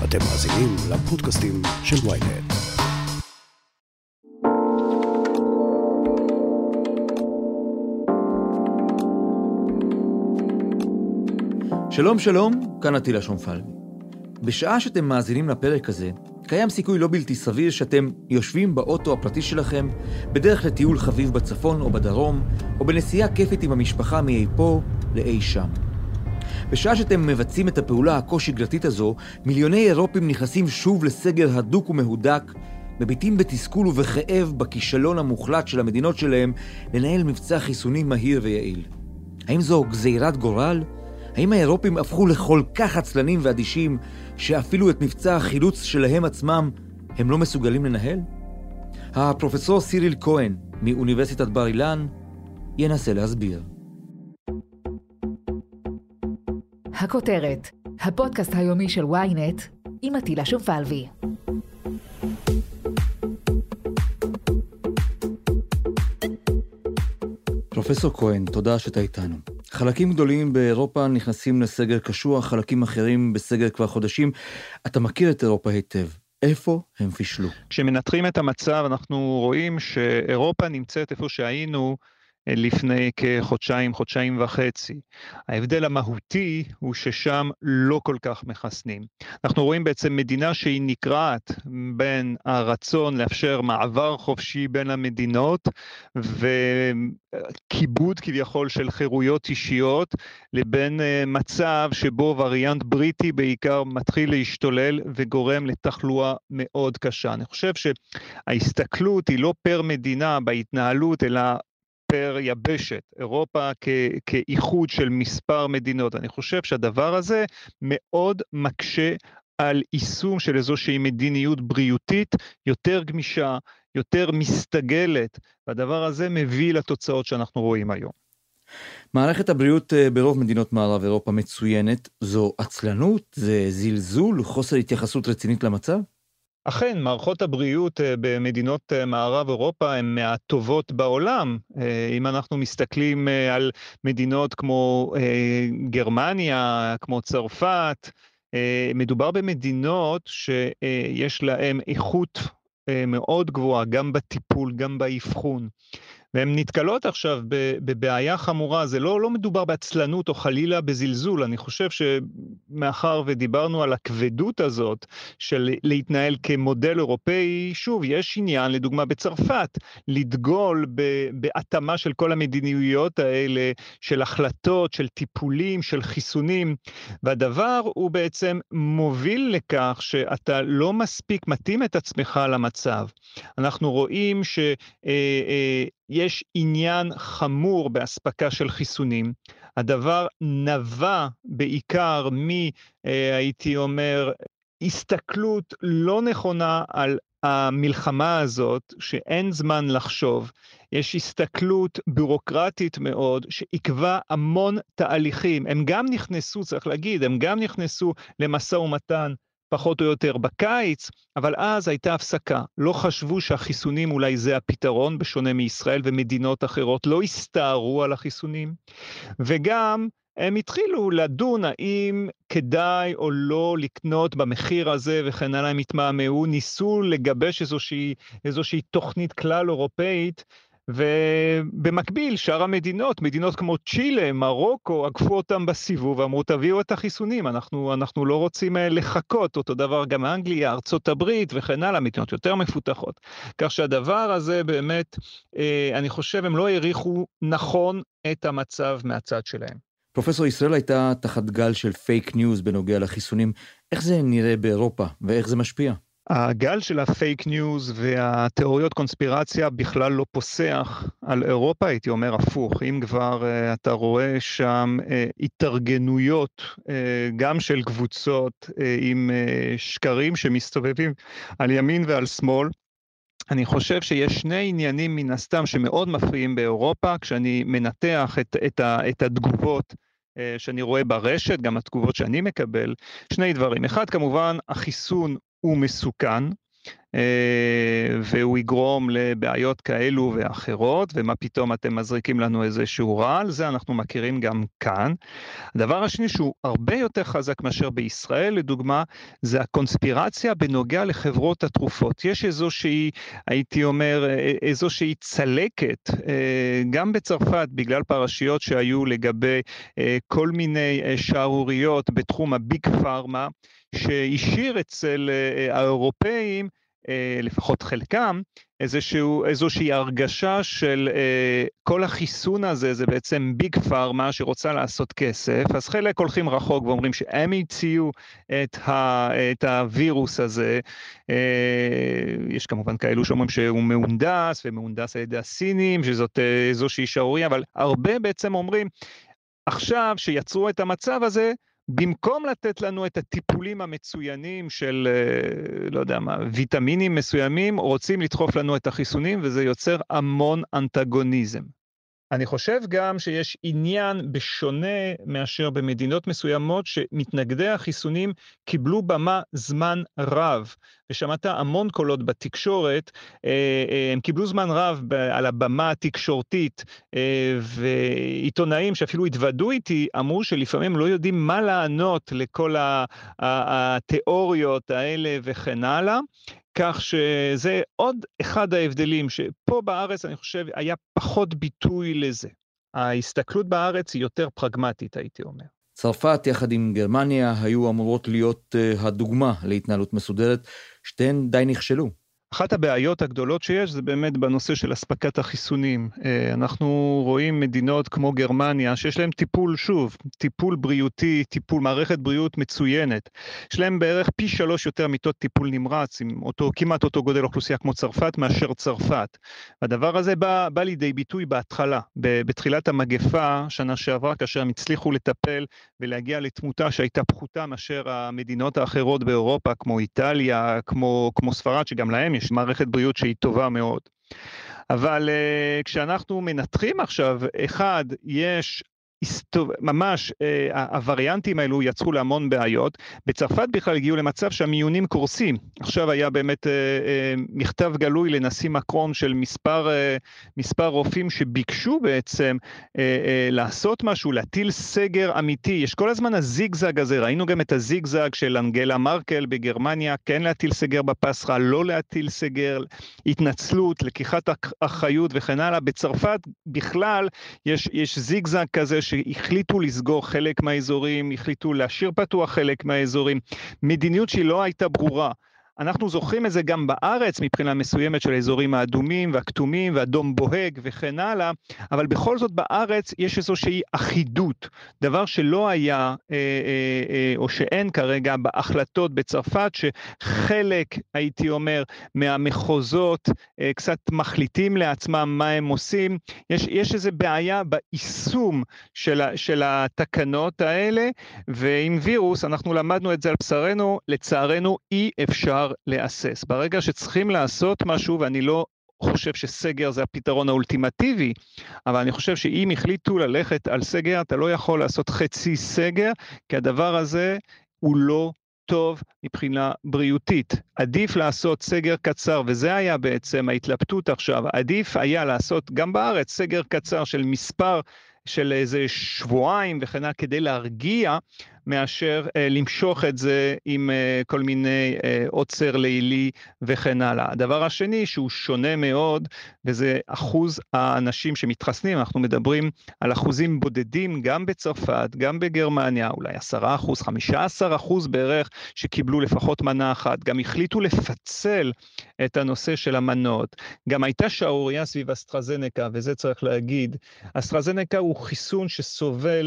אתם מאזינים לפודקאסטים של ynet. שלום שלום, כאן עטילה שומפלבי. בשעה שאתם מאזינים לפרק הזה, קיים סיכוי לא בלתי סביר שאתם יושבים באוטו הפרטי שלכם, בדרך לטיול חביב בצפון או בדרום, או בנסיעה כיפית עם המשפחה מאי פה לאי שם. בשעה שאתם מבצעים את הפעולה הכה-שגרתית הזו, מיליוני אירופים נכנסים שוב לסגר הדוק ומהודק, מביטים בתסכול ובכאב בכישלון המוחלט של המדינות שלהם לנהל מבצע חיסוני מהיר ויעיל. האם זו גזירת גורל? האם האירופים הפכו לכל כך עצלנים ואדישים שאפילו את מבצע החילוץ שלהם עצמם הם לא מסוגלים לנהל? הפרופסור סיריל כהן מאוניברסיטת בר אילן ינסה להסביר. הכותרת, הפודקאסט היומי של ynet עם עטילה שומפלבי. פרופסור כהן, תודה שאתה איתנו. חלקים גדולים באירופה נכנסים לסגר קשוח, חלקים אחרים בסגר כבר חודשים. אתה מכיר את אירופה היטב. איפה הם פישלו? כשמנתחים את המצב, אנחנו רואים שאירופה נמצאת איפה שהיינו לפני חודשיים וחצי. ההבדל המהותי הוא ששם לא כל כך מחסנים. אנחנו רואים בעצם מדינה שהיא נקרעת בין הרצון לאפשר מעבר חופשי בין המדינות, וכיבוד כביכול של חירויות אישיות, לבין מצב שבו וריאנט בריטי בעיקר מתחיל להשתולל וגורם לתחלואה מאוד קשה. אני חושב שההסתכלות היא לא פר מדינה בהתנהלות, אלא פר יבשת, אירופה כאיחוד של מספר מדינות. אני חושב שהדבר הזה מאוד מקשה על יישום של איזושהי מדיניות בריאותית יותר גמישה, יותר מסתגלת, והדבר הזה מביא לתוצאות שאנחנו רואים היום. מערכת הבריאות ברוב מדינות מערב אירופה מצוינת, זו עצלנות, זה זלזול, חוסר התייחסות רצינית למצב? אכן, מערכות הבריאות במדינות מערב אירופה הן מהטובות בעולם. אם אנחנו מסתכלים על מדינות כמו גרמניה, כמו צרפת, מדובר במדינות שיש להן איכות מאוד גבוהה, גם בטיפול, גם באבחון. והן נתקלות עכשיו בבעיה חמורה, זה לא מדובר בעצלנות או חלילה בזלזול, אני חושב שמאחר ודיברנו על הכבדות הזאת של להתנהל כמודל אירופאי, שוב, יש עניין, לדוגמה בצרפת, לדגול בהתאמה של כל המדיניויות האלה, של החלטות, של טיפולים, של חיסונים, והדבר הוא בעצם מוביל לכך שאתה לא מספיק מתאים את עצמך למצב. אנחנו רואים יש עניין חמור בהספקה של חיסונים. הדבר נבע בעיקר הייתי אומר, הסתכלות לא נכונה על המלחמה הזאת, שאין זמן לחשוב. יש הסתכלות בירוקרטית מאוד, שעקבה המון תהליכים. הם גם נכנסו, צריך להגיד, הם גם נכנסו למשא ומתן, פחות או יותר בקיץ, אבל אז הייתה הפסקה. לא חשבו שהחיסונים אולי זה הפתרון, בשונה מישראל ומדינות אחרות, לא הסתערו על החיסונים, וגם הם התחילו לדון האם כדאי או לא לקנות במחיר הזה, וכן הלאה הם התמהמהו, ניסו לגבש איזושהי תוכנית כלל אירופאית, ובמקביל שאר המדינות, מדינות כמו צ'ילה, מרוקו, עקפו אותם בסיבוב, ואמרו תביאו את החיסונים, אנחנו לא רוצים לחכות, אותו דבר גם אנגליה, ארצות הברית וכן הלאה, מדינות יותר מפותחות. כך שהדבר הזה באמת, אני חושב, הם לא העריכו נכון את המצב מהצד שלהם. פרופסור, ישראל הייתה תחת גל של פייק ניוז בנוגע לחיסונים, איך זה נראה באירופה ואיך זה משפיע? הגל של הפייק ניוז והתיאוריות קונספירציה בכלל לא פוסח על אירופה, הייתי אומר הפוך. אם כבר אתה רואה שם התארגנויות גם של קבוצות עם שקרים שמסתובבים על ימין ועל שמאל, אני חושב שיש שני עניינים מן הסתם שמאוד מפריעים באירופה, כשאני מנתח את התגובות שאני רואה ברשת, גם התגובות שאני מקבל, שני דברים. אחד, כמובן, החיסון הוא מסוכן, והוא יגרום לבעיות כאלו ואחרות, ומה פתאום אתם מזריקים לנו איזשהו רעל, זה אנחנו מכירים גם כאן. הדבר השני שהוא הרבה יותר חזק מאשר בישראל, לדוגמה, זה הקונספירציה בנוגע לחברות התרופות. יש איזושהי, הייתי אומר, איזושהי צלקת, גם בצרפת, בגלל פרשיות שהיו לגבי כל מיני שערוריות בתחום הביג פארמה, שהשאיר אצל האירופאים, לפחות חלקם, איזושהי הרגשה של כל החיסון הזה, זה בעצם ביג פארמה שרוצה לעשות כסף, אז חלק הולכים רחוק ואומרים שהם הציעו את הווירוס הזה, יש כמובן כאלו שאומרים שהוא מהונדס, ומהונדס על ידי הסינים, שזאת איזושהי שערוריה, אבל הרבה בעצם אומרים, עכשיו שיצרו את המצב הזה, במקום לתת לנו את הטיפולים המצוינים של, לא יודע מה, ויטמינים מסוימים, רוצים לדחוף לנו את החיסונים, וזה יוצר המון אנטגוניזם. אני חושב גם שיש עניין בשונה מאשר במדינות מסוימות שמתנגדי החיסונים קיבלו במה זמן רב, ושמעת המון קולות בתקשורת, הם קיבלו זמן רב על הבמה התקשורתית, ועיתונאים שאפילו התוודו איתי אמרו שלפעמים לא יודעים מה לענות לכל התיאוריות האלה וכן הלאה, כך שזה עוד אחד ההבדלים שפה בארץ אני חושב היה פחות ביטוי לזה. ההסתכלות בארץ היא יותר פרגמטית, הייתי אומר. צרפת יחד עם גרמניה היו אמורות להיות הדוגמה להתנהלות מסודרת, שתיהן די נכשלו. אחת הבעיות הגדולות שיש זה באמת בנושא של הספקת החיסונים. אנחנו רואים מדינות כמו גרמניה שיש להם טיפול, שוב, טיפול בריאותי, טיפול מערכת בריאות מצוינת. יש להם בערך פי 3 יותר מיטות טיפול נמרץ, עם כמעט אותו גודל אוכלוסייה כמו צרפת מאשר צרפת. הדבר הזה בא לידי ביטוי בהתחלה, בתחילת המגפה שנה שעברה, כאשר הם הצליחו לטפל ולהגיע לתמותה שהייתה פחותה מאשר המדינות האחרות באירופה, כמו איטליה, כמו ספרד, שגם להם יש מערכת בריאות שהיא טובה מאוד. אבל כשאנחנו מנתחים עכשיו, אחד, יש ממש הווריאנטים האלו יצרו להמון בעיות, בצרפת בכלל הגיעו למצב שהמיונים קורסים, עכשיו היה באמת מכתב גלוי לנשיא מקרון של מספר רופאים שביקשו בעצם לעשות משהו, להטיל סגר אמיתי, יש כל הזמן הזיגזג הזה, ראינו גם את הזיגזג של אנגלה מרקל בגרמניה, כן להטיל סגר בפסחה, לא להטיל סגר, התנצלות, לקיחת אחריות וכן הלאה, בצרפת בכלל יש זיגזג כזה שהחליטו לסגור חלק מהאזורים, החליטו להשאיר פתוח חלק מהאזורים, מדיניות שהיא לא הייתה ברורה. אנחנו זוכרים את זה גם בארץ מבחינה מסוימת של האזורים האדומים והכתומים והאדום בוהג וכן הלאה, אבל בכל זאת בארץ יש איזושהי אחידות, דבר שלא היה או שאין כרגע בהחלטות בצרפת, שחלק הייתי אומר מהמחוזות קצת מחליטים לעצמם מה הם עושים, יש איזו בעיה ביישום של התקנות האלה, ועם וירוס אנחנו למדנו את זה על בשרנו, לצערנו אי אפשר לאסס. ברגע שצריכים לעשות משהו, ואני לא חושב שסגר זה הפתרון האולטימטיבי, אבל אני חושב שאם החליטו ללכת על סגר, אתה לא יכול לעשות חצי סגר, כי הדבר הזה הוא לא טוב מבחינה בריאותית. עדיף לעשות סגר קצר, וזה היה בעצם ההתלבטות עכשיו, עדיף היה לעשות גם בארץ סגר קצר של מספר, של איזה שבועיים וכן כדי להרגיע, מאשר למשוך את זה עם כל מיני עוצר לילי וכן הלאה. הדבר השני שהוא שונה מאוד, וזה אחוז האנשים שמתחסנים, אנחנו מדברים על אחוזים בודדים גם בצרפת, גם בגרמניה, אולי 10%, 15% בערך שקיבלו לפחות מנה אחת, גם החליטו לפצל את הנושא של המנות. גם הייתה שערוריה סביב אסטרזנקה, וזה צריך להגיד, אסטרזנקה הוא חיסון שסובל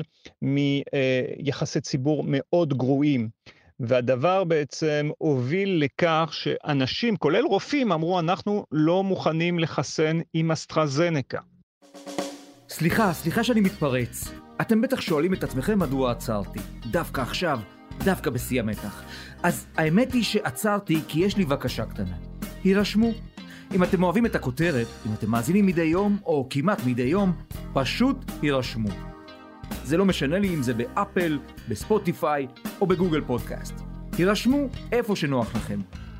מיחסי ציבור מאוד גרועים, והדבר בעצם הוביל לכך שאנשים, כולל רופאים, אמרו אנחנו לא מוכנים לחסן עם אסטרזנקה. סליחה שאני מתפרץ. אתם בטח שואלים את עצמכם מדוע עצרתי. דווקא עכשיו, דווקא בשיא המתח. אז האמת היא שעצרתי כי יש לי בקשה קטנה. הירשמו. אם אתם אוהבים את הכותרת, אם אתם מאזינים מדי יום או כמעט מדי יום, פשוט הירשמו. זה לא משנה לי אם זה באפל, בספוטיפיי או בגוגל פודקאסט. הירשמו איפה שנוח לכם.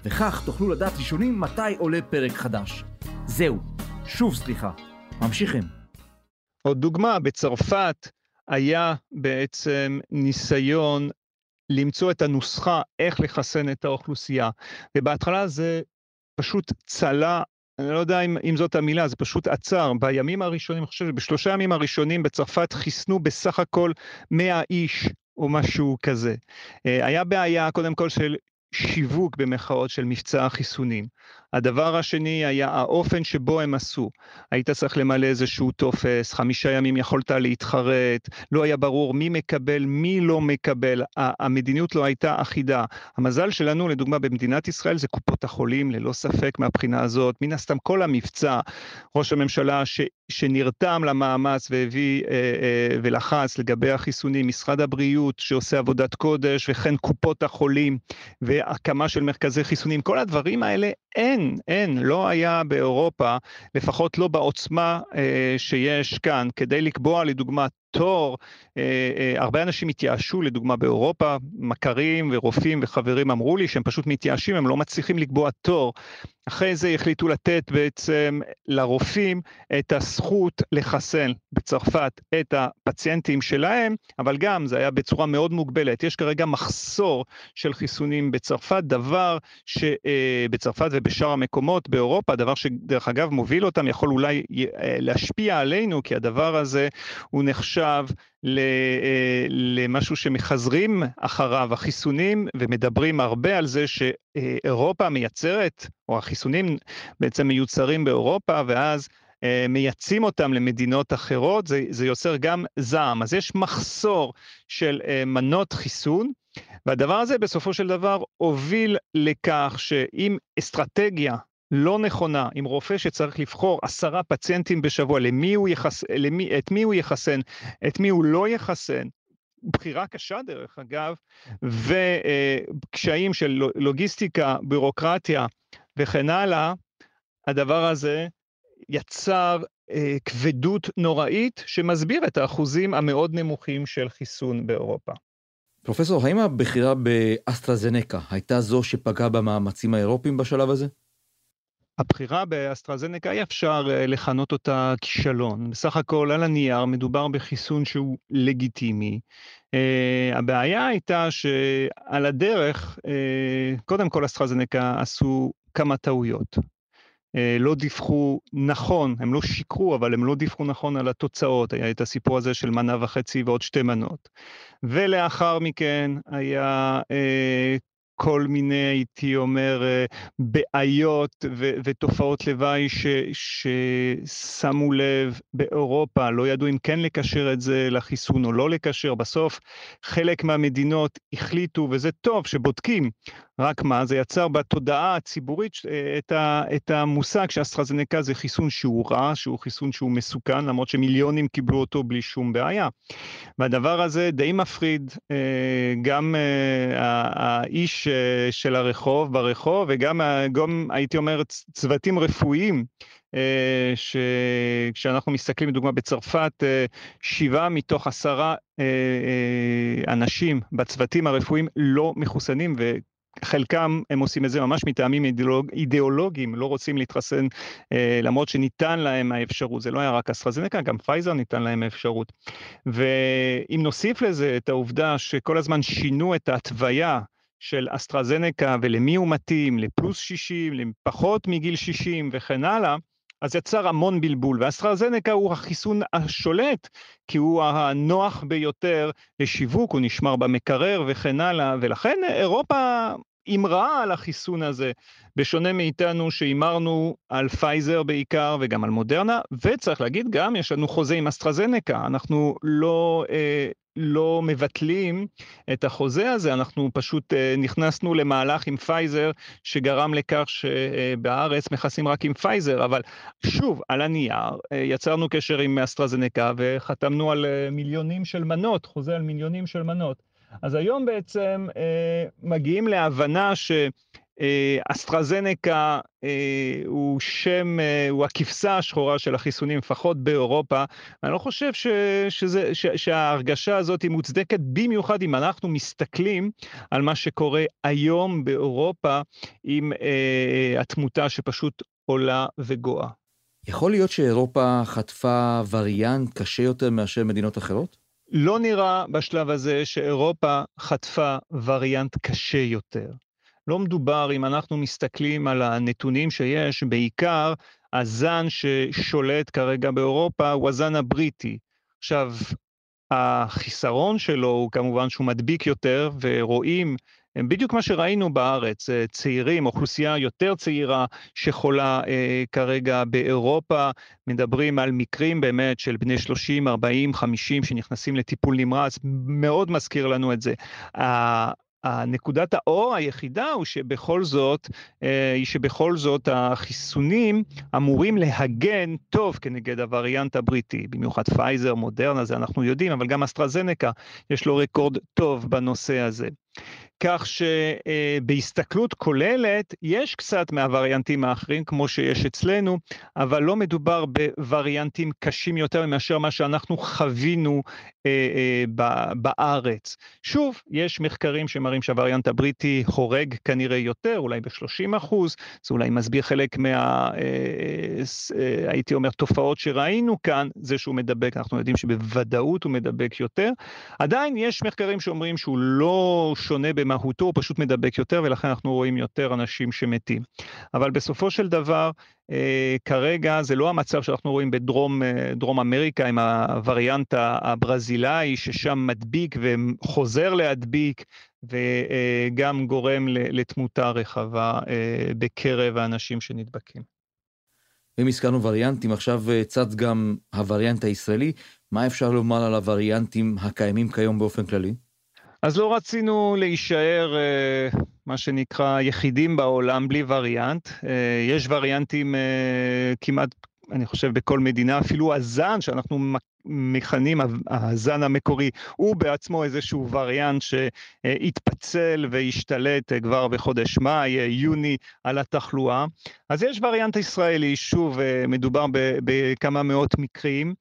וכך תוכלו לדעת ראשונים מתי עולה פרק חדש. זהו, שוב סליחה, ממשיכים. עוד דוגמה, בצרפת היה בעצם ניסיון למצוא את הנוסחה איך לחסן את האוכלוסייה, ובהתחלה זה פשוט צלה, אני לא יודע אם זאת המילה, זה פשוט עצר. בימים הראשונים, אני חושב שבשלושה ימים הראשונים בצרפת חיסנו בסך הכל 100 איש או משהו כזה. היה בעיה קודם כל של שיווק במחאות של מבצע החיסונים. הדבר השני היה האופן שבו הם עשו. היית צריך למלא איזשהו טופס, 5 ימים יכולת להתחרט, לא היה ברור מי מקבל, מי לא מקבל, המדיניות לא הייתה אחידה. המזל שלנו, לדוגמה, במדינת ישראל זה קופות החולים, ללא ספק מהבחינה הזאת, מן הסתם כל המבצע, ראש הממשלה שנרתם למאמץ והביא ולחץ לגבי החיסונים, משרד הבריאות שעושה עבודת קודש, וכן קופות החולים והקמה של מרכזי חיסונים, כל הדברים האלה לא היה באירופה, לפחות לא בעוצמה שיש כאן, כדי לקבוע לדוגמה תור, הרבה אנשים התייאשו לדוגמה באירופה, מכרים ורופאים וחברים אמרו לי שהם פשוט מתייאשים, הם לא מצליחים לקבוע תור, אחרי זה החליטו לתת בעצם לרופאים את הזכות לחסן בצרפת את הפציינטים שלהם, אבל גם זה היה בצורה מאוד מוגבלת, יש כרגע מחסור של חיסונים בצרפת, דבר שבצרפת ובשאר המקומות באירופה, דבר שדרך אגב מוביל אותם, יכול אולי להשפיע עלינו, כי הדבר הזה הוא נחשב למשהו שמחזרים אחריו החיסונים, ומדברים הרבה על זה שאירופה מייצרת, או החיסונים בעצם מיוצרים באירופה, ואז מייצאים אותם למדינות אחרות, זה יוצר גם זעם. אז יש מחסור של מנות חיסון, והדבר הזה בסופו של דבר הוביל לכך שאם אסטרטגיה לא נכונה, עם רופא שצריך לבחור 10 פציינטים בשבוע, את מי הוא יחסן, את מי הוא לא יחסן, בחירה קשה דרך אגב, וקשיים של לוגיסטיקה, בירוקרטיה וכן הלאה, הדבר הזה יצר כבדות נוראית, שמסביר את האחוזים המאוד נמוכים של חיסון באירופה. פרופסור, האם הבחירה באסטרזנקה הייתה זו שפגעה במאמצים האירופיים בשלב הזה? הבחירה באסטרזנקה אי אפשר לכנות אותה כישלון. בסך הכל על הנייר מדובר בחיסון שהוא לגיטימי. הבעיה הייתה שעל הדרך, קודם כל אסטרזנקה עשו כמה טעויות. לא דיווחו נכון, הם לא שיקרו, אבל הם לא דיווחו נכון על התוצאות. היה את הסיפור הזה של 1.5 מנה ועוד 2 מנות. ולאחר מכן היה כל מיני, הייתי אומר, בעיות ותופעות לוואי ששמו לב באירופה, לא ידעו אם כן לקשר את זה לחיסון או לא לקשר. בסוף חלק מהמדינות החליטו, וזה טוב שבודקים, רק מה, זה יצר בתודעה הציבורית את המושג שאסטרזנקה זה חיסון שהוא רע, שהוא חיסון שהוא מסוכן, למרות שמיליונים קיבלו אותו בלי שום בעיה. והדבר הזה די מפריד גם האיש של הרחוב, ברחוב, וגם הייתי אומר צוותים רפואיים, כשאנחנו מסתכלים לדוגמה בצרפת, 7 מתוך 10 אנשים בצוותים הרפואיים לא מחוסנים, חלקם הם עושים את זה ממש מטעמים אידיאולוגיים, לא רוצים להתחסן, למרות שניתן להם האפשרות, זה לא היה רק אסטרזנקה, גם פייזר ניתן להם האפשרות. ואם נוסיף לזה את העובדה שכל הזמן שינו את ההתוויה של אסטרזנקה ולמי הוא מתאים, לפלוס 60, לפחות מגיל 60 וכן הלאה, אז יצר המון בלבול, ואסטרזנקה הוא החיסון השולט, כי הוא הנוח ביותר לשיווק, הוא נשמר במקרר וכן הלאה, ולכן אירופה אמרה על החיסון הזה, בשונה מאיתנו שאימרנו על פייזר בעיקר וגם על מודרנה, וצריך להגיד גם, יש לנו חוזה עם אסטרזנקה, אנחנו לא מבטלים את החוזה הזה, אנחנו פשוט נכנסנו למהלך עם פייזר, שגרם לכך שבארץ מכסים רק עם פייזר, אבל שוב, על הנייר, יצרנו קשר עם אסטרזנקה, וחתמנו על מיליונים של מנות, חוזה על מיליונים של מנות. אז היום בעצם מגיעים להבנה אסטרזנקה הוא הכבשה השחורה של החיסונים, לפחות באירופה. אני לא חושב שההרגשה הזאת היא מוצדקת, במיוחד אם אנחנו מסתכלים על מה שקורה היום באירופה, עם התמותה שפשוט עולה וגואה. יכול להיות שאירופה חטפה וריאנט קשה יותר מאשר מדינות אחרות? לא נראה בשלב הזה שאירופה חטפה וריאנט קשה יותר. לא מדובר, אם אנחנו מסתכלים על הנתונים שיש, בעיקר הזן ששולט כרגע באירופה הוא הזן הבריטי. עכשיו, החיסרון שלו הוא כמובן שהוא מדביק יותר, ורואים בדיוק מה שראינו בארץ, צעירים, אוכלוסייה יותר צעירה שחולה כרגע באירופה, מדברים על מקרים באמת של בני 30, 40, 50 שנכנסים לטיפול נמרץ, מאוד מזכיר לנו את זה. הנקודת האור היחידה הוא שבכל זאת החיסונים אמורים להגן טוב כנגד הווריאנט הבריטי, במיוחד פייזר, מודרנה, זה אנחנו יודעים, אבל גם אסטרזנקה יש לו רקורד טוב בנושא הזה. כך שבהסתכלות כוללת יש קצת מהווריאנטים האחרים כמו שיש אצלנו, אבל לא מדובר בווריאנטים קשים יותר מאשר מה שאנחנו חווינו בארץ. שוב, יש מחקרים שמראים שהווריאנט הבריטי הורג כנראה יותר, אולי ב-30%, זה אולי מסביר חלק הייתי אומר, תופעות שראינו כאן, זה שהוא מדבק, אנחנו יודעים שבוודאות הוא מדבק יותר. עדיין יש מחקרים שאומרים שהוא לא שונה במהותו, הוא פשוט מדבק יותר, ולכן אנחנו רואים יותר אנשים שמתים. אבל בסופו של דבר, כרגע זה לא המצב שאנחנו רואים בדרום אמריקה, עם הווריאנט הברזילאי, ששם מדביק וחוזר להדביק, וגם גורם לתמותה רחבה בקרב האנשים שנדבקים. אם הזכרנו וריאנטים, עכשיו צץ גם הווריאנט הישראלי, מה אפשר לומר על הווריאנטים הקיימים כיום באופן כללי? אז לא רצינו להישאר, מה שנקרא, יחידים בעולם בלי וריאנט. יש וריאנטים כמעט, אני חושב, בכל מדינה, אפילו הזן שאנחנו מכנים, הזן המקורי, הוא בעצמו איזשהו וריאנט שהתפצל והשתלט כבר בחודש מאי, יוני, על התחלואה. אז יש וריאנט ישראלי, שוב, מדובר בכמה מאות מקרים,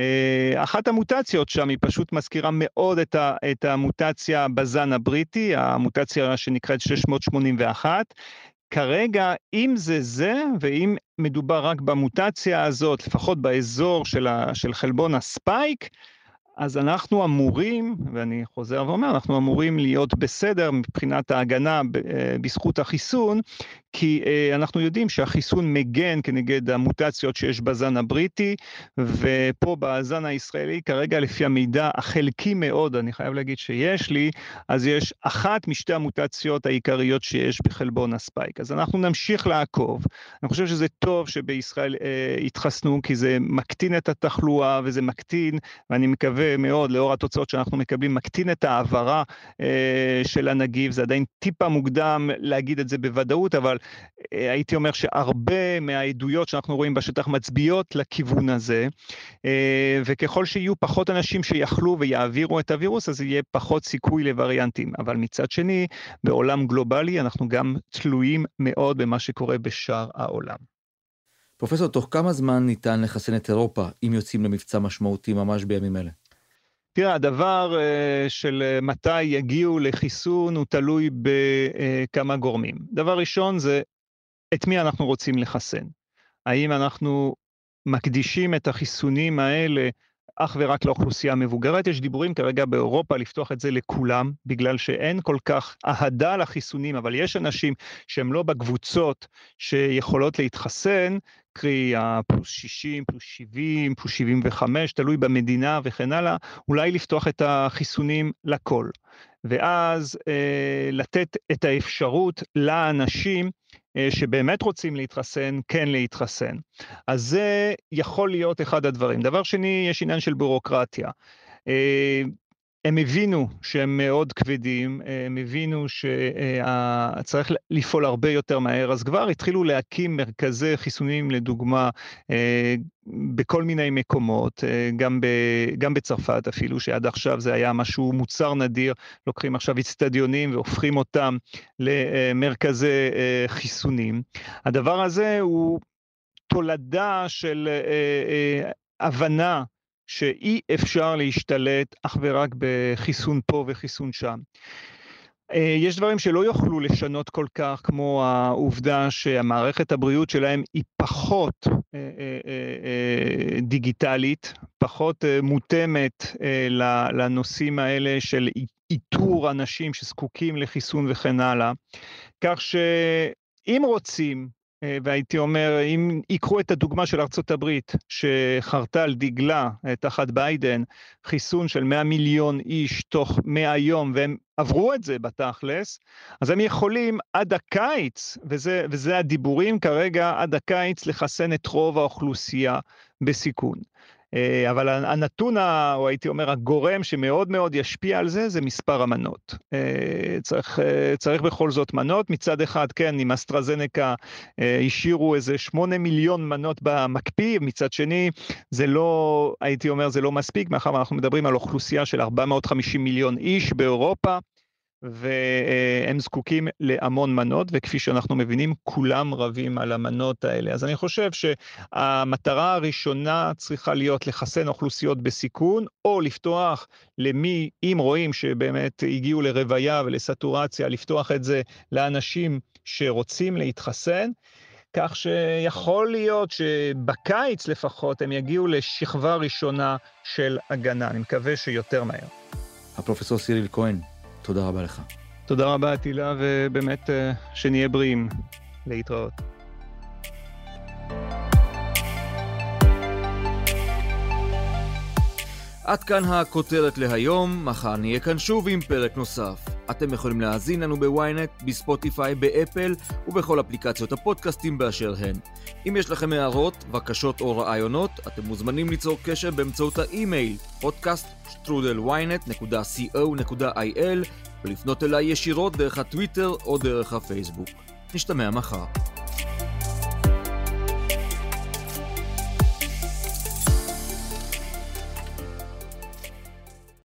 אחת המוטציות שם היא פשוט מזכירה מאוד את המוטציה בזן הבריטי, המוטציה שנקראת 681. כרגע, אם זה, ואם מדובר רק במוטציה הזאת, לפחות באזור של חלבון הספייק, אז אנחנו אמורים, ואני חוזר ואומר, אנחנו אמורים להיות בסדר מבחינת ההגנה בזכות החיסון, כי אנחנו יודעים שהחיסון מגן כנגד המוטציות שיש בזן הבריטי, ופה בזן הישראלי, כרגע לפי המידע החלקי מאוד, אני חייב להגיד שיש לי, אז יש אחת משתי המוטציות העיקריות שיש בחלבון הספייק. אז אנחנו נמשיך לעקוב. אני חושב שזה טוב שבישראל התחסנו, כי זה מקטין את התחלואה, וזה מקטין, ואני מקווה מאוד, לאור התוצאות שאנחנו מקבלים, מקטין את העברה של הנגיף. זה עדיין טיפה מוקדם להגיד את זה בוודאות, אבל הייתי אומר שהרבה מהעדויות שאנחנו רואים בשטח מצביעות לכיוון הזה, וככל שיהיו פחות אנשים שיחלו ויעבירו את הווירוס, אז יהיה פחות סיכוי לווריאנטים. אבל מצד שני, בעולם גלובלי אנחנו גם תלויים מאוד במה שקורה בשאר העולם. פרופסור, תוך כמה זמן ניתן לחסן את אירופה, אם יוצאים למבצע משמעותי ממש בימים אלה? תראה, הדבר של מתי יגיעו לחיסון הוא תלוי בכמה גורמים. דבר ראשון זה את מי אנחנו רוצים לחסן. האם אנחנו מקדישים את החיסונים האלה אך ורק לאוכלוסייה המבוגרת? יש דיבורים כרגע באירופה לפתוח את זה לכולם, בגלל שאין כל כך אהדה לחיסונים, אבל יש אנשים שהם לא בקבוצות שיכולות להתחסן, קרי פלוס 60, פלוס 70, פלוס 75, תלוי במדינה וכן הלאה, אולי לפתוח את החיסונים לכל. ואז לתת את האפשרות לאנשים שבאמת רוצים להתחסן, כן להתחסן. אז זה יכול להיות אחד הדברים. דבר שני, יש עניין של בירוקרטיה. הם הבינו שהם מאוד כבדים, הם הבינו שצריך לפעול הרבה יותר מהר, אז כבר התחילו להקים מרכזי חיסונים לדוגמה בכל מיני מקומות, גם בצרפת אפילו, שעד עכשיו זה היה משהו מוצר נדיר, לוקחים עכשיו אצטדיונים והופכים אותם למרכזי חיסונים. הדבר הזה הוא תולדה של הבנה, שאי אפשר להשתלט אך ורק בחיסון פה וחיסון שם. יש דברים שלא יוכלו לשנות כל כך, כמו העובדה שהמערכת הבריאות שלהם היא פחות דיגיטלית, פחות מותאמת לנושאים האלה של איתור אנשים שזקוקים לחיסון וכן הלאה. כך שאם רוצים, והייתי אומר, אם יקחו את הדוגמה של ארצות הברית, שחרתה על דגלה תחת ביידן, חיסון של 100 מיליון איש תוך 100 יום, והם עברו את זה בתכלס, אז הם יכולים עד הקיץ, וזה הדיבורים כרגע, עד הקיץ לחסן את רוב האוכלוסייה בסיכון. אבל הנתון, או הייתי אומר, הגורם שמאוד מאוד ישפיע על זה, זה מספר המנות. צריך בכל זאת מנות. מצד אחד, כן, עם אסטרזנקה השאירו איזה 8 מיליון מנות במקפיא, מצד שני, זה לא, הייתי אומר, זה לא מספיק, מאחר אנחנו מדברים על אוכלוסייה של 450 מיליון איש באירופה, והם זקוקים להמון מנות, וכפי שאנחנו מבינים, כולם רבים על המנות האלה. אז אני חושב שהמטרה הראשונה צריכה להיות לחסן אוכלוסיות בסיכון, או לפתוח למי, אם רואים שבאמת הגיעו לרוויה ולסטורציה, לפתוח את זה לאנשים שרוצים להתחסן, כך שיכול להיות שבקיץ לפחות הם יגיעו לשכבה ראשונה של הגנה. אני מקווה שיותר מהר. הפרופסור סיריל כהן, תודה רבה לך. תודה רבה, תהילה, ובאמת שנהיה בריאים. להתראות. עד כאן הכותרת להיום, מחר נהיה כאן שוב עם פרק נוסף. אתם יכולים להאזין לנו בוויינט, בספוטיפיי, באפל ובכל אפליקציות הפודקאסטים באשר הן. אם יש לכם הערות, בקשות או רעיונות, אתם מוזמנים ליצור קשר באמצעות האימייל podcast@ynet.co.il ולפנות אליי ישירות דרך הטוויטר או דרך הפייסבוק. נשתמע מחר.